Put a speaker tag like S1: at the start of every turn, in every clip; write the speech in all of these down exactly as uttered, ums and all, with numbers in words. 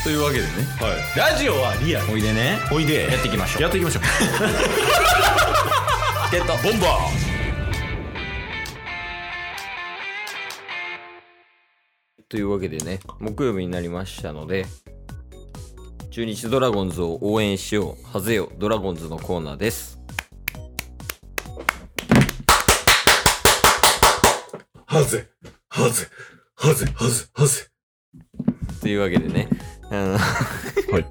S1: というわけでね、
S2: はい、ラジオはリアル。
S1: おいでね、
S2: おいで
S1: やっていきましょう。
S2: やっていきましょう
S1: ゲット
S2: ボンバ
S1: ーというわけでね、木曜日になりましたので、中日ドラゴンズを応援しよう、はぜよドラゴンズのコーナーです。
S2: はぜはぜはぜはぜはぜ
S1: というわけでね、あの
S2: はい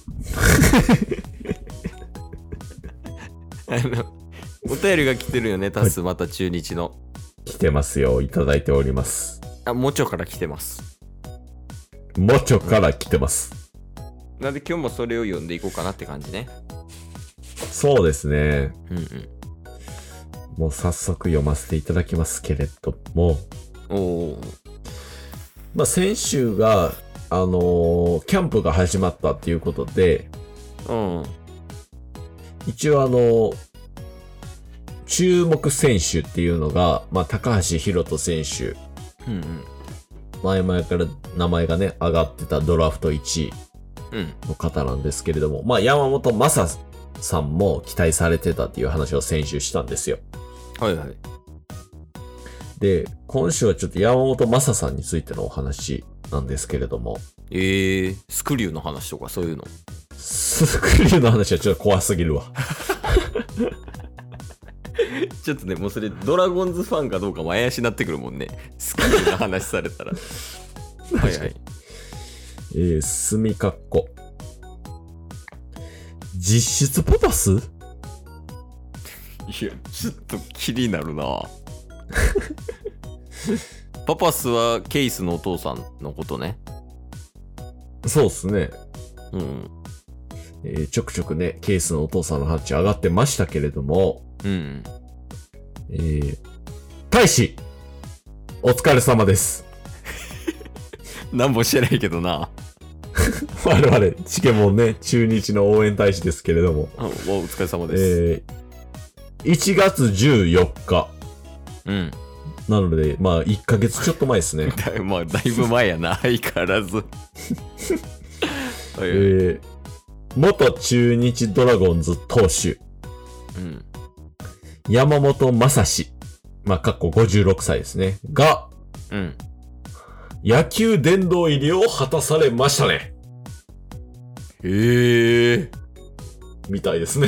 S1: あのお便りが来てるよね、タス、また中日の
S2: 来てますよ、いただいております。
S1: あ、もちょから来てます。
S2: もちょから来てます。
S1: なんで今日もそれを読んでいこうかなって感じね。
S2: そうですね。
S1: うんうん。
S2: もう早速読ませていただきますけれども、
S1: おお。
S2: まあ先週があのー、キャンプが始まったっていうことで、
S1: うん。
S2: 一応あのー、注目選手っていうのが、まあ高橋宏斗選手。
S1: うんうん。
S2: 前々から名前がね、上がってたドラフトいちい
S1: うん
S2: の方なんですけれども、まあ山本昌さんも期待されてたっていう話を先週したんですよ。
S1: はいはい。
S2: で、今週はちょっと山本昌さんについてのお話なんですけれども。
S1: えー、スクリューの話とかそういうの。
S2: スクリューの話はちょっと怖すぎるわ。
S1: ちょっとね、もうそれドラゴンズファンかどうかも怪しになってくるもんね。スクリューの話されたら。はいはい。
S2: えー、すみかっこ。実質パパス？
S1: いや、ちょっと気になるな。パパスはケイスのお父さんのことね。
S2: そうっすね。
S1: うん。
S2: えー、ちょくちょくね、ケイスのお父さんの話上がってましたけれども、
S1: うん。
S2: えー、大使お疲れ様です。
S1: なんもしてないけどな。
S2: 我々、チケモンね、中日の応援大使ですけれども。
S1: お疲れ様です。
S2: えー、いちがつじゅうよっか。
S1: うん。
S2: なので、まあ、いっかげつちょっと前ですね。
S1: だまあ、だいぶ前やな、相変わらず。
S2: えー、元中日ドラゴンズ投手。
S1: うん。
S2: 山本昌史。まあ、かっこごじゅうろくさいですね。が、
S1: うん。
S2: 野球殿堂入りを果たされましたね。
S1: へー。
S2: みたいですね。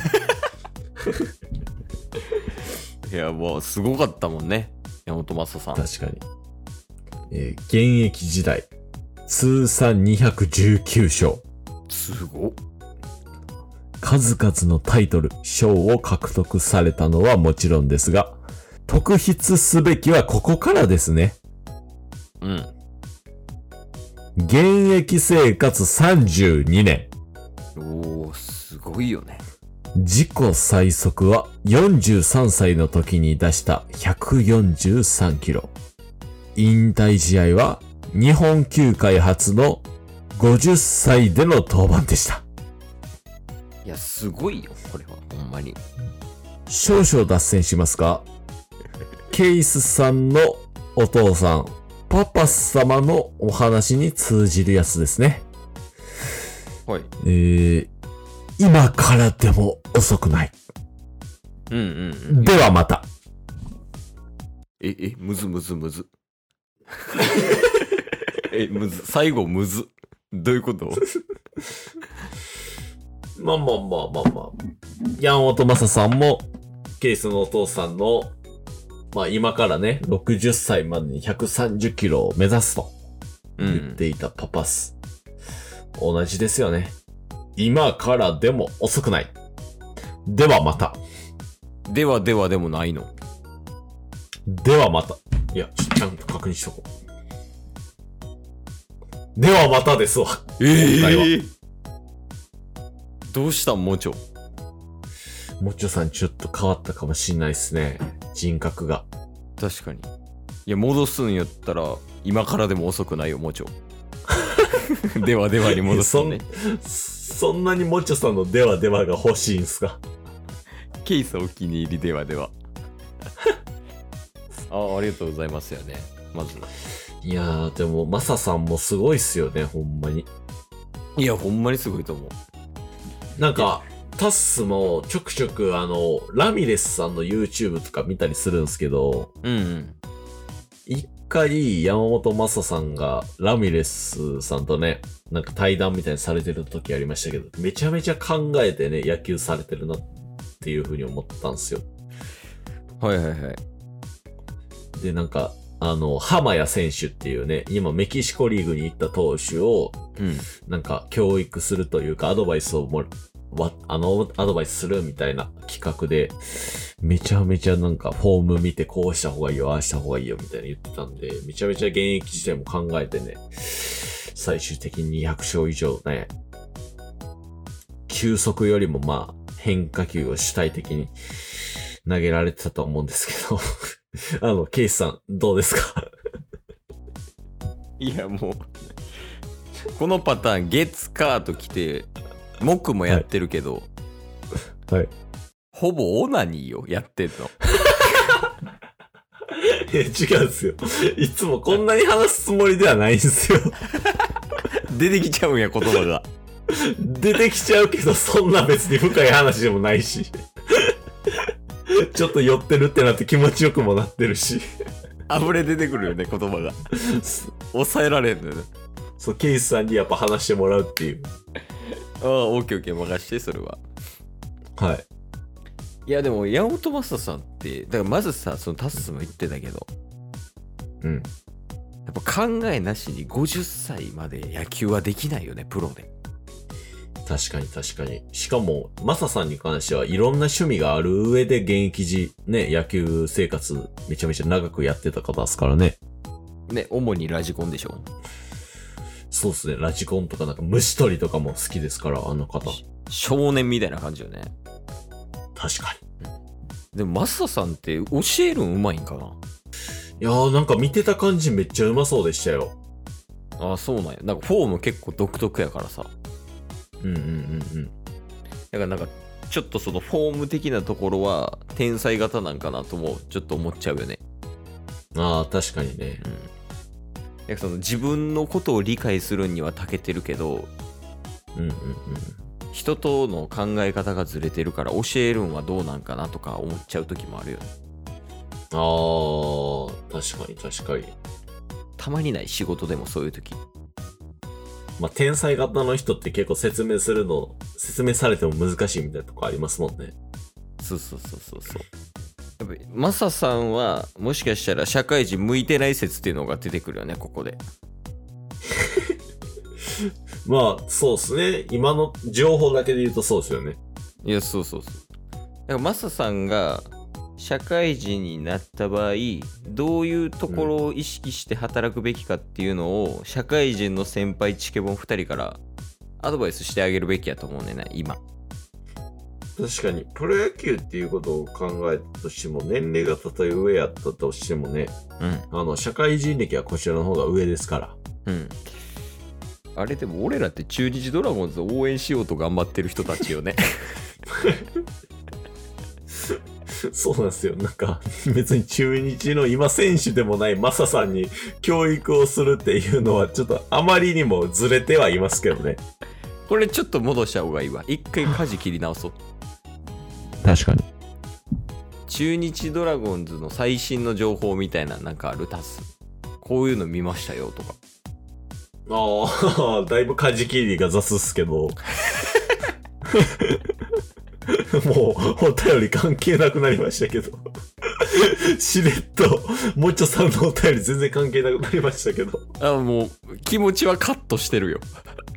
S1: いや、もうすごかったもんね。山本昌さん。
S2: 確かに。えー、現役時代、通算にひゃくじゅうきゅうしょう。
S1: すごっ。
S2: 数々のタイトル、賞を獲得されたのはもちろんですが、特筆すべきはここからですね。
S1: うん。
S2: 現役生活さんじゅうにね
S1: ん。おー、すごいよね。
S2: 自己最速はよんじゅうさんさいの時に出したひゃくよんじゅうさんキロ。引退試合は日本球界初のごじゅっさいでの登板でした。
S1: いや、すごいよ、これは、ほんまに。
S2: 少々脱線しますが、ケイスさんのお父さん、パパス様のお話に通じるやつですね。
S1: はい。
S2: えー、今からでも遅くない。
S1: うんうんうん。
S2: ではまた。
S1: え、え、むずむずむず。え、むず、最後むず。どういうこと？
S2: まあまあまあまあまあ。山本昌さんも、ケイスのお父さんの、まあ今からね、ろくじゅっさいまでにひゃくさんじゅっキロを目指すと言っていたパパス。うん、同じですよね。今からでも遅くない。ではまた。
S1: ではではでもないの。
S2: ではまた。いや、ちゃんと確認しとこう。ではまたですわ。
S1: えー、どうしたんもちょ。
S2: もちょさんちょっと変わったかもしんないっすね。人格が。
S1: 確かに。いや、戻すんやったら、今からでも遅くないよ、もちょ。ではではに戻すのね。
S2: そんなにもちょさんのではではが欲しいんすか？
S1: ケイスお気に入りではでは。ああ、ありがとうございますよね。まず。
S2: いやー、でも、マサさんもすごいっすよね、ほんまに。
S1: いやほんまにすごいと思う。
S2: なんかタッスもちょくちょくあのラミレスさんの YouTube とか見たりするんですけど、
S1: うんうん
S2: 一回山本昌さんがラミレスさんとね、なんか対談みたいにされてる時ありましたけど、めちゃめちゃ考えてね、野球されてるなっていう風に思ったんですよ。
S1: はいはいはい。
S2: で、なんか、あの、浜谷選手っていうね、今メキシコリーグに行った投手を、
S1: うん。
S2: なんか教育するというか、アドバイスをもわ、あの、アドバイスするみたいな企画で、めちゃめちゃなんかフォーム見てこうした方がいいよ、ああした方がいいよみたいに言ってたんで、めちゃめちゃ現役時代も考えてね、最終的ににひゃく勝以上ね、球速よりもまあ変化球を主体的に投げられてたと思うんですけど、あの、ケイスさんどうですか？
S1: いやもうこのパターン月火と来て木もやってるけど、
S2: はい。はい、
S1: ほぼオナニーよやってんの。
S2: いや違うんですよ。いつもこんなに話すつもりではないんですよ。
S1: 出てきちゃうんや言葉が。
S2: 出てきちゃうけど、そんな別に深い話でもないし。ちょっと寄ってるってなって気持ちよくもなってるし。
S1: 溢れ出てくるよね言葉が。抑えられんのよね。
S2: そう、ケイスさんにやっぱ話してもらうっていう。
S1: ああ、オッケーオッケー任してそれは。
S2: はい。
S1: いやでも山本昌さんってだからまずさそのタッスも言ってたけど、
S2: うん。
S1: やっぱ考えなしにごじゅっさいまで野球はできないよねプロで。
S2: 確かに確かに。しかも、マサさんに関してはいろんな趣味がある上で現役時、ね、野球生活めちゃめちゃ長くやってた方ですからね。
S1: ね、主にラジコンでしょ。
S2: そうっすね。ラジコンとかなんか虫取りとかも好きですから、あの方。
S1: 少年みたいな感じよね。
S2: 確かに。
S1: でもマサさんって教えるんうまいんかな。
S2: いやーなんか見てた感じめっちゃうまそうでしたよ。
S1: ああそうなんや。なんかフォーム結構独特やからさ。
S2: うんうんうんうん。
S1: だからなんかちょっとそのフォーム的なところは天才型なんかなともちょっと思っちゃうよね。
S2: ああ確かにね。
S1: うん。なんかその自分のことを理解するには長けてるけど、
S2: うんうんうん。
S1: 人との考え方がずれてるから教えるんはどうなんかなとか思っちゃう時もあるよね。
S2: ああ確かに確かに。
S1: たまにない仕事でもそういう時。
S2: まあ天才型の人って結構説明するの説明されても難しいみたいなとこありますもんね。
S1: そうそうそうそうそう。やっぱりマサさんはもしかしたら社会人向いてない説っていうのが出てくるよねここで。
S2: まあそうですね。今の情報だけで言うとそうですよね。
S1: いやそうそうそう。だからマサさんが社会人になった場合どういうところを意識して働くべきかっていうのを、うん、社会人の先輩チケボンふたりからアドバイスしてあげるべきやと思うねんな今。
S2: 確かにプロ野球っていうことを考えたとしても年齢がたとえ上やったとしてもね、うん、あの社会人歴はこちらの方が上ですから。うん。
S1: あれでも俺らって中日ドラゴンズを応援しようと頑張ってる人たちよね。
S2: そうなんですよ。なんか別に中日の今選手でもないマサさんに教育をするっていうのはちょっとあまりにもずれてはいますけどね。
S1: これちょっと戻した方がいいわ。一回舵切り直そう。
S2: 確かに。
S1: 中日ドラゴンズの最新の情報みたいななんかあるタス。こういうの見ましたよとか。
S2: ああ、だいぶ舵切りが雑っすけど。もう、お便り関係なくなりましたけど。しれっと、もっちょさんのお便り全然関係なくなりましたけど。
S1: あ、もう、気持ちはカットしてるよ。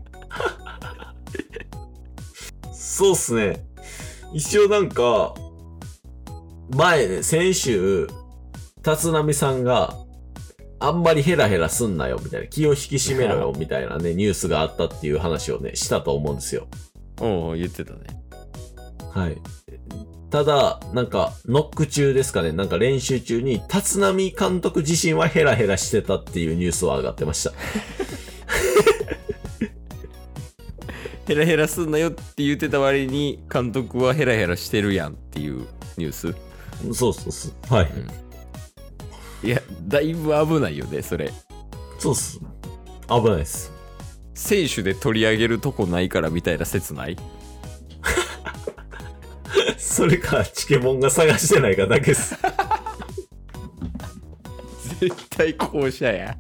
S2: そうっすね。一応なんか、前ね、先週、立浪さんが、あんまりヘラヘラすんなよみたいな、気を引き締めろよみたいなねニュースがあったっていう話をねしたと思うんですよ。
S1: おお、言ってたね。
S2: はい。ただなんかノック中ですかね、なんか練習中に立浪監督自身はヘラヘラしてたっていうニュースは上がってました。
S1: ヘラヘラすんなよって言ってた割に監督はヘラヘラしてるやんっていうニュース。
S2: そうそうそう。はい。うん
S1: いや、だいぶ危ないよね、それ。
S2: そうっす。危ないっす。
S1: 選手で取り上げるとこないからみたいな説ない？
S2: それかチケモンが探してないかだけです。
S1: 絶対後者や。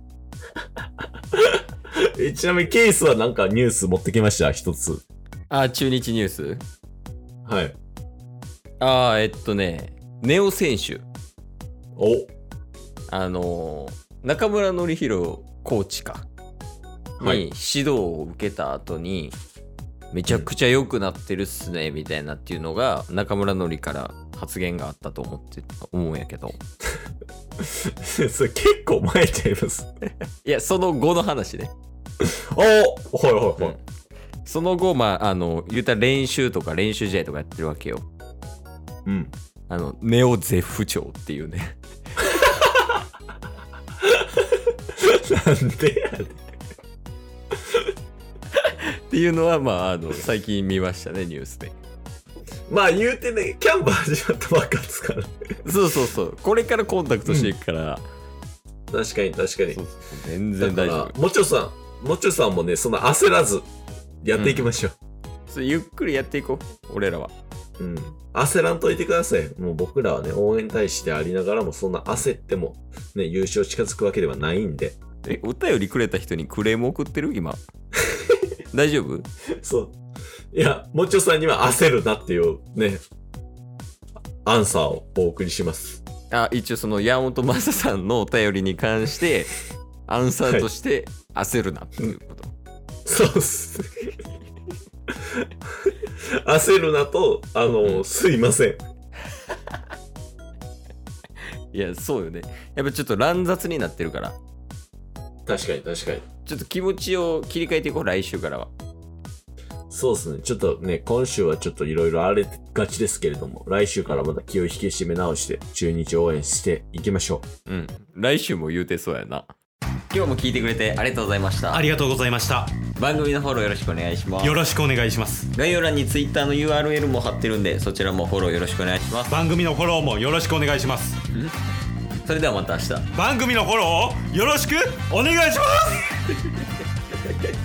S2: えちなみにケースはなんかニュース持ってきました一つ。
S1: あ、中日ニュース。
S2: はい。
S1: あーえっとねネオ選手、
S2: お
S1: あのー、中村紀弘コーチかに
S2: はい
S1: 指導を受けた後に、めちゃくちゃ良くなってるっすねみたいなっていうのが中村紀から発言があったと思って思うんやけど
S2: それ結構前ちゃいます。
S1: いやその後の話ね。
S2: おはいはいはい、
S1: うん、その後まああの言ったら練習とか練習試合とかやってるわけよ。
S2: うん。
S1: あのネオ絶不調っていうね。
S2: なんでやねん。
S1: っていうのはまああの最近見ましたねニュースで。
S2: まあ言うてねキャンプ始まったばっかですからね。
S1: そうそうそうこれからコンタクトしていくから、
S2: うん、確かに確かに。
S1: そうそう全然大丈夫。
S2: もちろさんもちろさんもねそんな焦らずやっていきましょう。
S1: うん、それゆっくりやっていこう俺らは。
S2: うん。焦らんといてください。もう僕らはね応援大使でありながらもそんな焦ってもね優勝近づくわけではないんで。
S1: えお便りくれた人にクレーム送ってる今。大丈夫？
S2: そう。いや、もちろさんには焦るなっていうね、アンサーをお送りします。
S1: あ、一応その山本昌さんのお便りに関して、アンサーとして焦るなっていうこと。はい、
S2: そうっす。焦るなと、あの、うん、すいません。
S1: いや、そうよね。やっぱちょっと乱雑になってるから。
S2: 確かに確かに。
S1: ちょっと気持ちを切り替えていこう、来週からは。
S2: そうですね。ちょっとね、今週はちょっといろいろ荒れがちですけれども、来週からまた気を引き締め直して、中日応援していきましょ
S1: う。うん。来週も言うてそうやな。今日も聞いてくれてありがとうございました。
S3: ありがとうございました。
S1: 番組のフォローよろしくお願いします。
S3: よろしくお願いします。
S1: 概要欄に Twitter の ユーアールエル も貼ってるんで、そちらもフォローよろしくお願いします。
S3: 番組のフォローもよろしくお願いします。
S1: それではまた明日。
S3: 番組のフォローをよろしくお願いします。